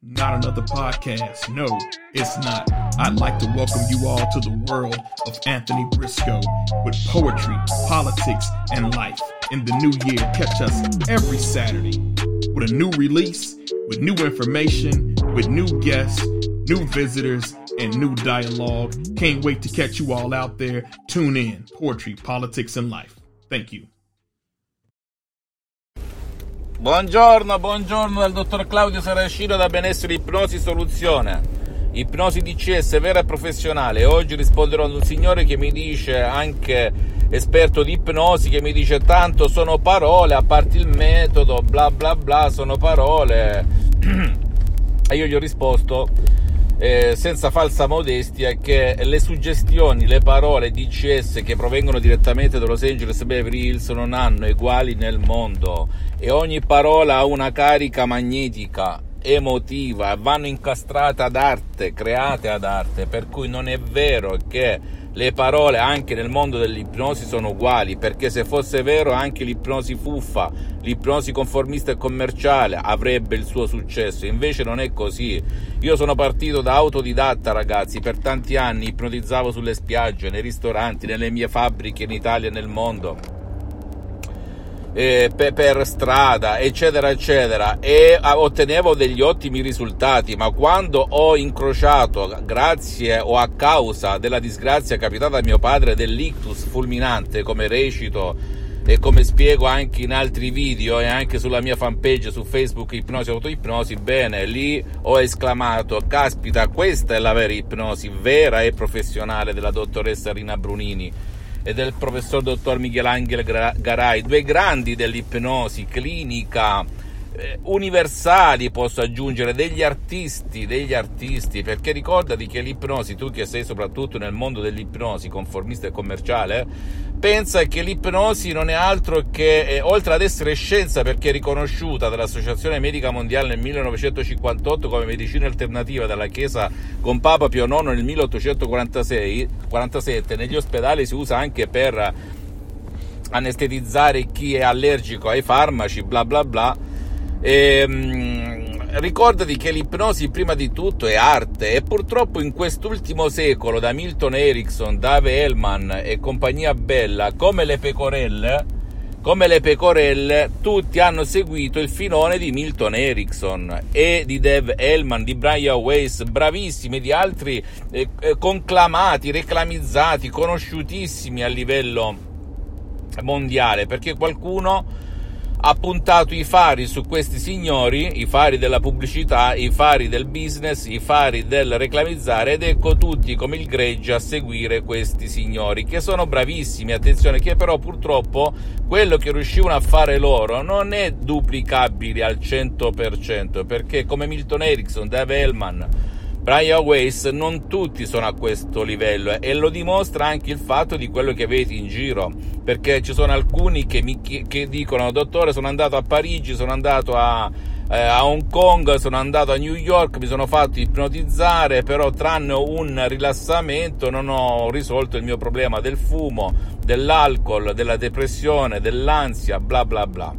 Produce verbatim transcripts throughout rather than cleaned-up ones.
Not another podcast. No, it's not. I'd like to welcome you all to the world of Anthony Briscoe with poetry, politics, and life. In the new year, catch us every Saturday with a new release, with new information, with new guests, new visitors, and new dialogue. Can't wait to catch you all out there. Tune in. Poetry, politics, and life. Thank you. Buongiorno, buongiorno dal dottor Claudio Saracino da Benessere Ipnosi Soluzione, ipnosi D C S vera e professionale. Oggi risponderò ad un signore che mi dice, anche esperto di ipnosi, che mi dice tanto sono parole, a parte il metodo, bla bla bla, sono parole. E io gli ho risposto eh, senza falsa modestia che le suggestioni, le parole D C S che provengono direttamente da Los Angeles Beverly Hills non hanno eguali nel mondo, e ogni parola ha una carica magnetica, emotiva, vanno incastrate ad arte, create ad arte, per cui non è vero che le parole anche nel mondo dell'ipnosi sono uguali, perché se fosse vero anche l'ipnosi fuffa, l'ipnosi conformista e commerciale avrebbe il suo successo. Invece non è così. Io sono partito da autodidatta, ragazzi, per tanti anni ipnotizzavo sulle spiagge, nei ristoranti, nelle mie fabbriche in Italia e nel mondo, Eh, per, per strada, eccetera eccetera, e ottenevo degli ottimi risultati. Ma quando ho incrociato, grazie o a causa della disgrazia capitata a mio padre, dell'ictus fulminante, come recito e come spiego anche in altri video e anche sulla mia fanpage su Facebook, Ipnosi Autoipnosi, bene, lì ho esclamato: caspita, questa è la vera ipnosi, vera e professionale, della dottoressa Rina Brunini e del professor dottor Michelangelo Garai, due grandi dell'ipnosi clinica, eh, universali, posso aggiungere, degli artisti, degli artisti, perché ricordati che l'ipnosi, tu che sei soprattutto nel mondo dell'ipnosi conformista e commerciale, pensa che l'ipnosi non è altro che, eh, oltre ad essere scienza, perché è riconosciuta dall'Associazione Medica Mondiale nel millenovecentocinquantotto come medicina alternativa dalla Chiesa con Papa Pio nono nel milleottocentoquarantasei quarantasette, negli ospedali si usa anche per anestetizzare chi è allergico ai farmaci, bla bla bla. E, ricordati che l'ipnosi prima di tutto è arte, e purtroppo in quest'ultimo secolo, da Milton Erickson, Dave Hellman e compagnia bella, come le pecorelle, come le pecorelle, tutti hanno seguito il filone di Milton Erickson e di Dave Hellman, di Brian Weiss, bravissimi, di altri eh, conclamati, reclamizzati, conosciutissimi a livello mondiale, perché qualcuno ha puntato i fari su questi signori, i fari della pubblicità, i fari del business, i fari del reclamizzare, ed ecco tutti come il gregge a seguire questi signori, che sono bravissimi, attenzione, che però purtroppo quello che riuscivano a fare loro non è duplicabile al cento per cento, perché come Milton Erickson, Dave Hellman, Brian Weiss, non tutti sono a questo livello, e lo dimostra anche il fatto di quello che vedi in giro, perché ci sono alcuni che, mi, che dicono: dottore, sono andato a Parigi, sono andato a, eh, a Hong Kong, sono andato a New York, mi sono fatto ipnotizzare, però tranne un rilassamento non ho risolto il mio problema del fumo, dell'alcol, della depressione, dell'ansia, bla bla bla.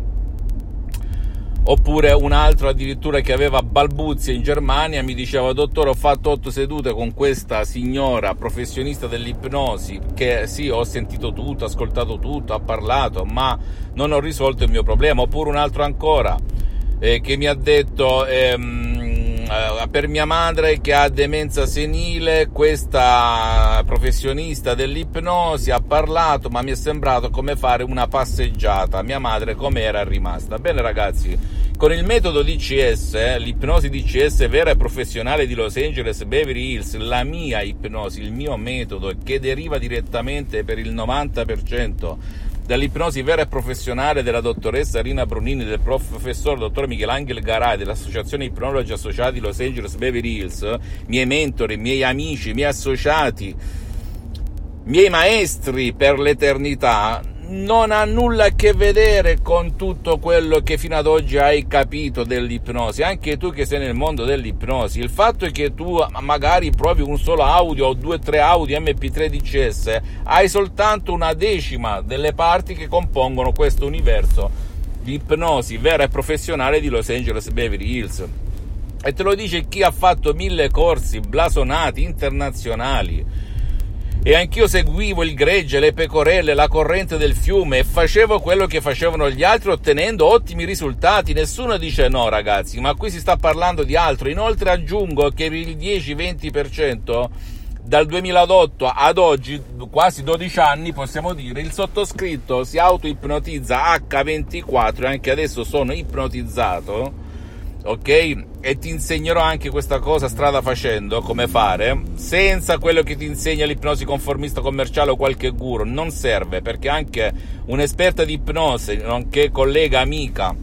Oppure un altro addirittura che aveva balbuzie in Germania mi diceva: dottore, ho fatto otto sedute con questa signora professionista dell'ipnosi, che sì, ho sentito tutto, ascoltato tutto, ha parlato, ma non ho risolto il mio problema. Oppure un altro ancora eh, che mi ha detto ehm, eh, per mia madre che ha demenza senile, questa professionista dell'ipnosi ha parlato, ma mi è sembrato come fare una passeggiata, mia madre come era rimasta. Bene ragazzi, con il metodo D C S, eh, l'ipnosi D C S vera e professionale di Los Angeles Beverly Hills, la mia ipnosi, il mio metodo, che deriva direttamente per il novanta per cento dall'ipnosi vera e professionale della dottoressa Rina Brunini, del professor dottor Michelangelo Garai, dell'associazione ipnologi associati Los Angeles Beverly Hills, miei mentori, miei amici, miei associati, miei maestri per l'eternità, non ha nulla a che vedere con tutto quello che fino ad oggi hai capito dell'ipnosi. Anche tu che sei nel mondo dell'ipnosi, il fatto è che tu magari provi un solo audio o due o tre audio M P tre D C S, hai soltanto una decima delle parti che compongono questo universo di ipnosi vera e professionale di Los Angeles Beverly Hills. E te lo dice chi ha fatto mille corsi blasonati internazionali. E anch'io seguivo il gregge, le pecorelle, la corrente del fiume e facevo quello che facevano gli altri ottenendo ottimi risultati. Nessuno dice no, ragazzi, ma qui si sta parlando di altro. Inoltre aggiungo che per il dieci venti per cento dal duemilaotto ad oggi, quasi dodici anni possiamo dire, il sottoscritto si auto-ipnotizza acca ventiquattro e anche adesso sono ipnotizzato, ok? E ti insegnerò anche questa cosa strada facendo, come fare, senza quello che ti insegna l'ipnosi conformista commerciale o qualche guru. Non serve, perché anche un'esperta di ipnosi, nonché collega, amica,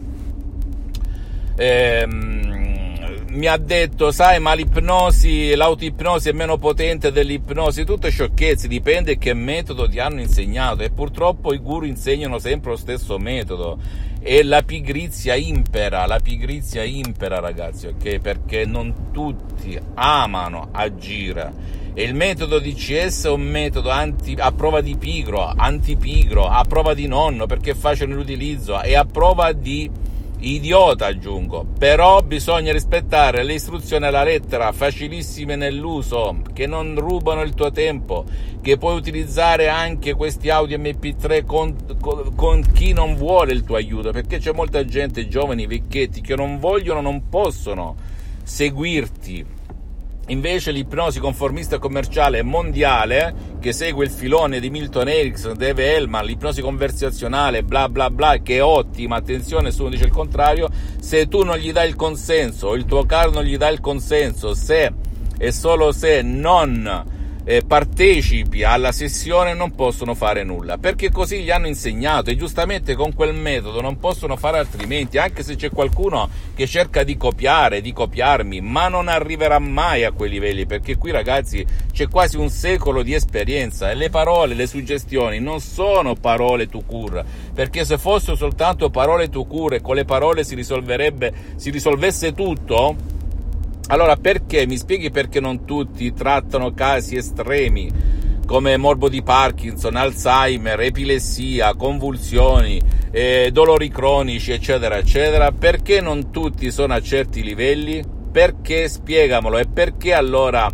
ehm, mi ha detto, sai, ma l'ipnosi, l'autoipnosi è meno potente dell'ipnosi. Tutte sciocchezze, dipende che metodo ti hanno insegnato, e purtroppo i guru insegnano sempre lo stesso metodo e la pigrizia impera, la pigrizia impera, ragazzi, ok? Perché non tutti amano agire, e il metodo D C S è un metodo anti, a prova di pigro, antipigro, a prova di nonno, perché è facile l'utilizzo, e a prova di idiota, aggiungo. Però bisogna rispettare le istruzioni alla lettera, facilissime nell'uso, che non rubano il tuo tempo, che puoi utilizzare anche questi audio emme pi tre con, con, con chi non vuole il tuo aiuto, perché c'è molta gente, giovani, vecchietti, che non vogliono, non possono seguirti. Invece l'ipnosi conformista commerciale mondiale, che segue il filone di Milton Erickson, Dave Hellman, l'ipnosi conversazionale, bla bla bla, che è ottima, attenzione, nessuno dice il contrario, se tu non gli dai il consenso, o il tuo caro non gli dà il consenso, se e solo se non eh, partecipi alla sessione, non possono fare nulla, perché così gli hanno insegnato, e giustamente con quel metodo non possono fare altrimenti, anche se c'è qualcuno che cerca di copiare, di copiarmi, ma non arriverà mai a quei livelli, perché qui, ragazzi, c'è quasi un secolo di esperienza, e le parole, le suggestioni non sono parole tout court, perché se fossero soltanto parole tout court e con le parole si risolverebbe, si risolvesse tutto, allora perché, mi spieghi perché non tutti trattano casi estremi come morbo di Parkinson, Alzheimer, epilessia, convulsioni, eh, dolori cronici, eccetera, eccetera? Perché non tutti sono a certi livelli? Perché? Spiegamelo. E perché allora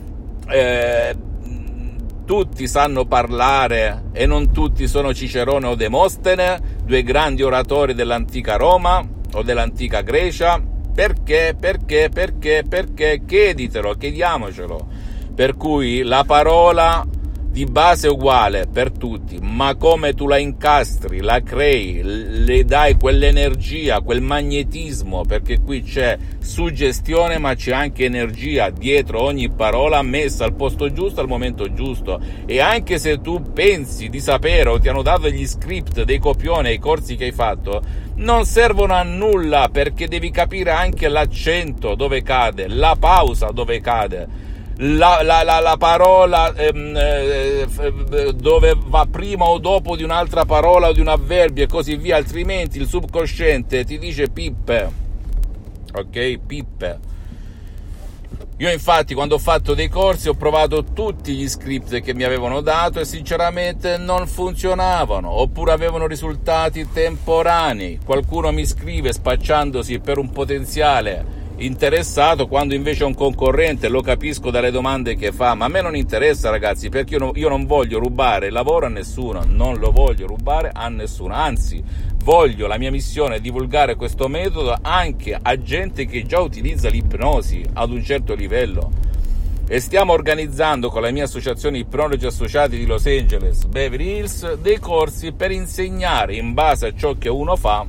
eh, tutti sanno parlare e non tutti sono Cicerone o Demostene, due grandi oratori dell'antica Roma o dell'antica Grecia? Perché? Perché? Perché? Perché? Chieditelo, chiediamocelo. Per cui la parola di base è uguale per tutti, ma come tu la incastri, la crei, le dai quell'energia, quel magnetismo, perché qui c'è suggestione ma c'è anche energia dietro ogni parola, messa al posto giusto al momento giusto. E anche se tu pensi di sapere o ti hanno dato degli script, dei copioni ai corsi che hai fatto, non servono a nulla, perché devi capire anche l'accento dove cade, la pausa dove cade, La, la, la, la parola ehm, eh, dove va prima o dopo di un'altra parola o di un avverbio e così via, altrimenti il subconsciente ti dice pippe, ok? Pippe. Io infatti quando ho fatto dei corsi ho provato tutti gli script che mi avevano dato e sinceramente non funzionavano, oppure avevano risultati temporanei. Qualcuno mi scrive spacciandosi per un potenziale interessato, quando invece è un concorrente, lo capisco dalle domande che fa, ma a me non interessa, ragazzi, perché io, no, io non voglio rubare il lavoro a nessuno, non lo voglio rubare a nessuno, anzi voglio, la mia missione è divulgare questo metodo anche a gente che già utilizza l'ipnosi ad un certo livello, e stiamo organizzando con la mia associazione Ipnologi Associati di Los Angeles, Beverly Hills, dei corsi per insegnare in base a ciò che uno fa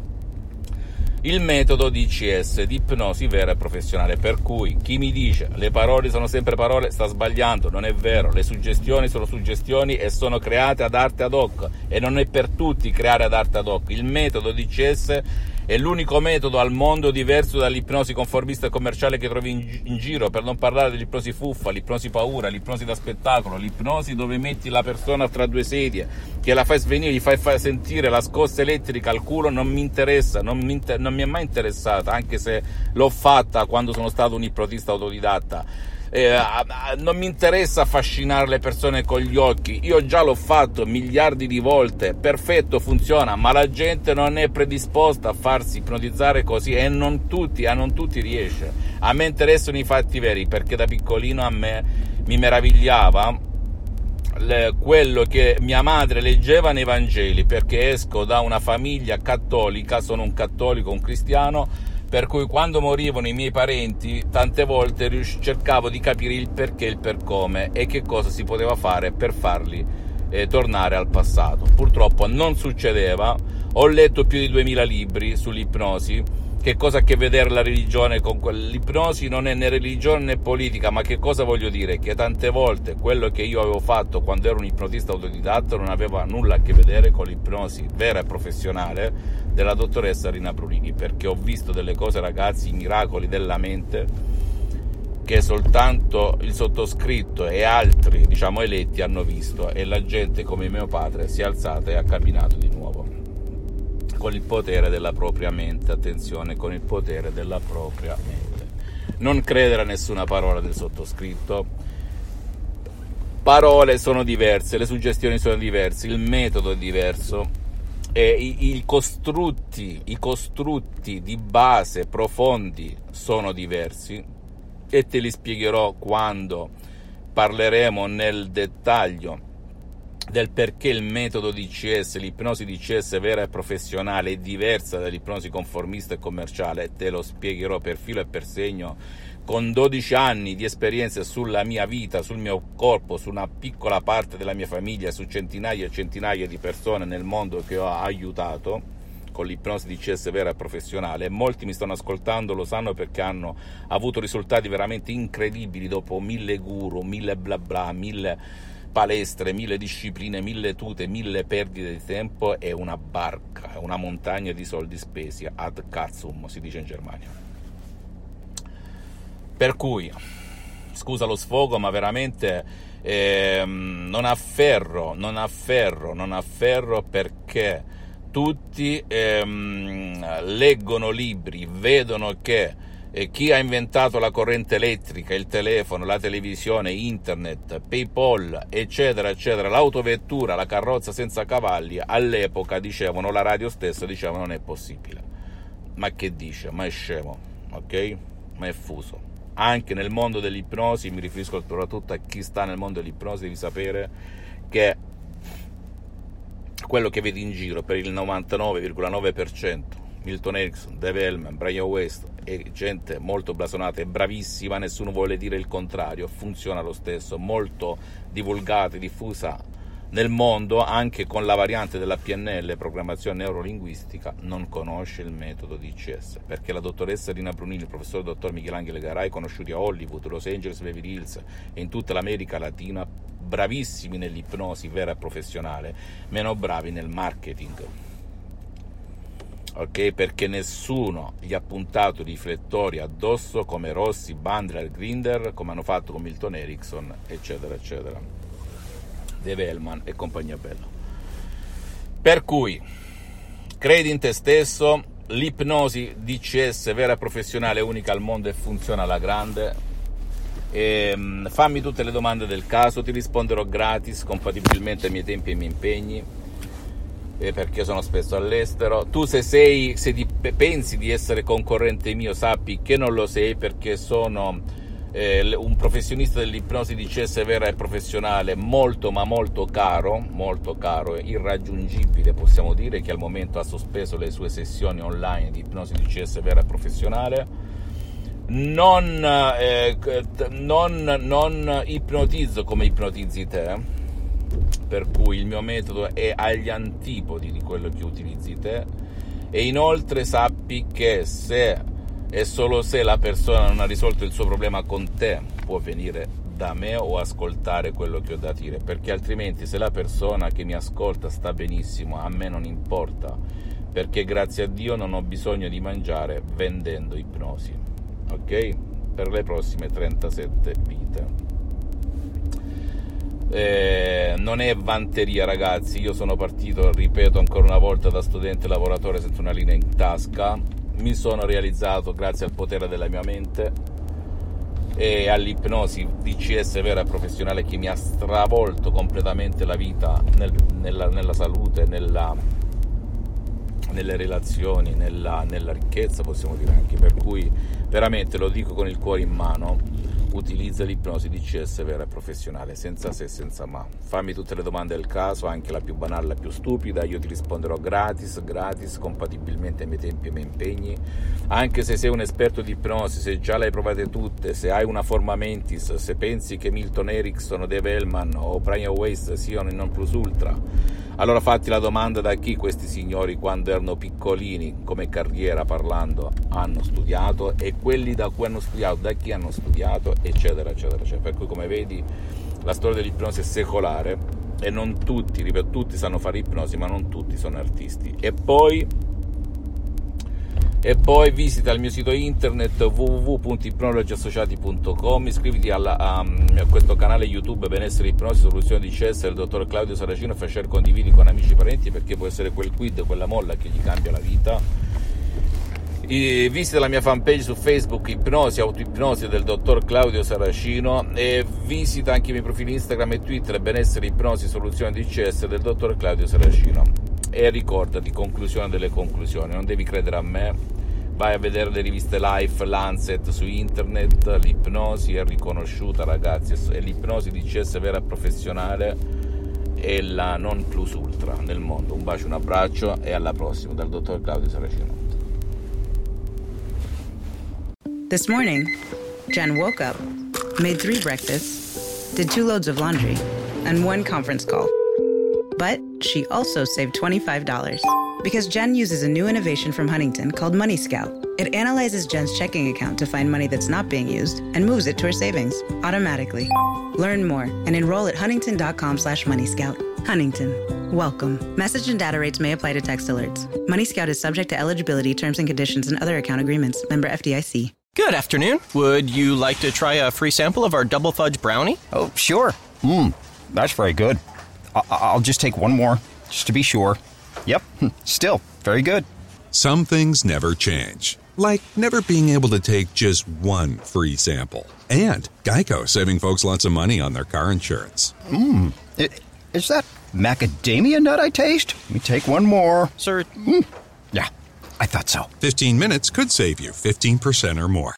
il metodo D C S, di ipnosi vera e professionale. Per cui chi mi dice le parole sono sempre parole sta sbagliando, non è vero. Le suggestioni sono suggestioni e sono create ad arte ad hoc, e non è per tutti creare ad arte ad hoc. Il metodo D C S è l'unico metodo al mondo diverso dall'ipnosi conformista e commerciale che trovi in, in giro, per non parlare dell'ipnosi fuffa, l'ipnosi paura, l'ipnosi da spettacolo, l'ipnosi dove metti la persona tra due sedie, che la fai svenire, gli fai, fai sentire la scossa elettrica al culo. Non mi interessa, non mi, inter- non mi è mai interessata, anche se l'ho fatta quando sono stato un ipnotista autodidatta. eh, non mi interessa affascinare le persone con gli occhi, io già l'ho fatto miliardi di volte, perfetto, funziona, ma la gente non è predisposta a farsi ipnotizzare così, e non tutti, a non tutti riesce. A me interessano i fatti veri, perché da piccolino a me mi meravigliava le, quello che mia madre leggeva nei Vangeli, perché esco da una famiglia cattolica, sono un cattolico, un cristiano, per cui quando morivano i miei parenti tante volte rius- cercavo di capire il perché, il per come e che cosa si poteva fare per farli eh, tornare al passato. Purtroppo non succedeva. Ho letto più di duemila libri sull'ipnosi. Che cosa ha a che vedere la religione con quell'ipnosi? Non è né religione né politica, ma che cosa voglio dire? Che tante volte quello che io avevo fatto quando ero un ipnotista autodidatta non aveva nulla a che vedere con l'ipnosi vera e professionale della dottoressa Rina Brunini, perché ho visto delle cose, ragazzi, i miracoli della mente, che soltanto il sottoscritto e altri, diciamo, eletti hanno visto, e la gente come mio padre si è alzata e ha camminato di nuovo con il potere della propria mente. Attenzione, con il potere della propria mente. Non credere a nessuna parola del sottoscritto. Parole sono diverse, le suggestioni sono diverse, il metodo è diverso, e i, i costrutti, i costrutti di base profondi sono diversi, e te li spiegherò quando parleremo nel dettaglio del perché il metodo D C S, l'ipnosi D C S vera e professionale, è diversa dall'ipnosi conformista e commerciale. Te lo spiegherò per filo e per segno, con dodici anni di esperienza sulla mia vita, sul mio corpo, su una piccola parte della mia famiglia, su centinaia e centinaia di persone nel mondo che ho aiutato con l'ipnosi D C S vera e professionale. Molti mi stanno ascoltando, lo sanno, perché hanno avuto risultati veramente incredibili dopo mille guru, mille bla bla, mille palestre, mille discipline, mille tute, mille perdite di tempo e una barca, una montagna di soldi spesi ad cazzum, si dice in Germania. Per cui, scusa lo sfogo, ma veramente ehm, non afferro, non afferro, non afferro perché tutti ehm, leggono libri, vedono che E chi ha inventato la corrente elettrica, il telefono, la televisione, internet, PayPal, eccetera, eccetera, l'autovettura, la carrozza senza cavalli, all'epoca dicevano, la radio stessa diceva non è possibile. Ma che dice? Ma è scemo, ok? Ma è fuso. Anche nel mondo dell'ipnosi, mi riferisco soprattutto a chi sta nel mondo dell'ipnosi, devi sapere che quello che vedi in giro per il novantanove virgola nove per cento, Milton Erickson, Dave Hellman, Brian West, e gente molto blasonata e bravissima, nessuno vuole dire il contrario, funziona lo stesso, molto divulgata e diffusa nel mondo, anche con la variante della P N L, programmazione neurolinguistica, non conosce il metodo D C S, perché la dottoressa Rina Brunini, il professor dottor Michelangelo Garay, conosciuti a Hollywood, Los Angeles, Beverly Hills e in tutta l'America Latina, bravissimi nell'ipnosi vera e professionale, meno bravi nel marketing. Ok, perché nessuno gli ha puntato riflettori addosso come Rossi, Bandler, Grinder, come hanno fatto con Milton Erickson, eccetera, eccetera, Dave Hellman e compagnia bella. Per cui, credi in te stesso, l'ipnosi D C S vera e professionale è unica al mondo e funziona alla grande. E, um, fammi tutte le domande del caso, ti risponderò gratis, compatibilmente ai miei tempi e ai miei impegni, perché sono spesso all'estero. Tu se sei se di, pensi di essere concorrente mio, sappi che non lo sei, perché sono eh, un professionista dell'ipnosi D C S vera e professionale molto ma molto caro, molto caro, irraggiungibile, possiamo dire, che al momento ha sospeso le sue sessioni online di ipnosi D C S vera e professionale. Non, eh, non, non ipnotizzo come ipnotizzi te, per cui il mio metodo è agli antipodi di quello che utilizzi te, e inoltre sappi che se e solo se la persona non ha risolto il suo problema con te, può venire da me o ascoltare quello che ho da dire, perché altrimenti, se la persona che mi ascolta sta benissimo, a me non importa, perché grazie a Dio non ho bisogno di mangiare vendendo ipnosi, ok? Per le prossime trentasette vite. Eh, non è vanteria, ragazzi, io sono partito, ripeto ancora una volta, da studente lavoratore senza una linea in tasca, mi sono realizzato grazie al potere della mia mente, e all'ipnosi D C S vera e professionale che mi ha stravolto completamente la vita nel, nella, nella salute, nella, nelle relazioni, nella, nella ricchezza, possiamo dire anche, per cui veramente lo dico con il cuore in mano: utilizza l'ipnosi D C S vera e professionale, senza se e senza ma. Fammi tutte le domande del caso, anche la più banale, la più stupida, io ti risponderò gratis, gratis, compatibilmente ai miei tempi e ai miei impegni. Anche se sei un esperto di ipnosi, se già le hai provate tutte, se hai una forma mentis, se pensi che Milton Erickson o Dave Hellman o Brian Weiss siano il non plus ultra, allora fatti la domanda: da chi questi signori, quando erano piccolini, come carriera parlando, hanno studiato, e quelli da cui hanno studiato, da chi hanno studiato, eccetera eccetera eccetera. Per cui, come vedi, la storia dell'ipnosi è secolare e non tutti, ripeto, tutti sanno fare ipnosi, ma non tutti sono artisti. E poi e poi visita il mio sito internet w w w punto ipnologi associati punto com, iscriviti alla, a, a questo canale YouTube Benessere Ipnosi Soluzione D C S del dottor Claudio Saracino, fai share, condividi con amici e parenti, perché può essere quel quid, quella molla che gli cambia la vita. E visita la mia fanpage su Facebook, Ipnosi, Autoipnosi del dottor Claudio Saracino, e visita anche i miei profili Instagram e Twitter Benessere Ipnosi Soluzione D C S del dottor Claudio Saracino. E ricordati, conclusione delle conclusioni, non devi credere a me, vai a vedere le riviste Life, Lancet su internet. L'ipnosi è riconosciuta, ragazzi, e l'ipnosi D C S vera e professionale è la non plus ultra nel mondo. Un bacio, un abbraccio e alla prossima dal dottor Claudio Saracino. This morning, Jen woke up, made three breakfasts, did two loads of laundry, and one conference call. But she also saved twenty-five dollars because Jen uses a new innovation from Huntington called Money Scout. It analyzes Jen's checking account to find money that's not being used and moves it to her savings automatically. Learn more and enroll at huntington.com slash Money Scout. Huntington. Welcome. Message and data rates may apply to text alerts. Money Scout is subject to eligibility, terms and conditions, and other account agreements. Member F D I C. Good afternoon. Would you like to try a free sample of our double fudge brownie? Oh, sure. Mmm, that's very good. I- I'll just take one more, just to be sure. Yep, still very good. Some things never change, like never being able to take just one free sample. And Geico saving folks lots of money on their car insurance. Mmm, is that macadamia nut I taste? Let me take one more. Sir? Mm. Yeah, I thought so. fifteen minutes could save you fifteen percent or more.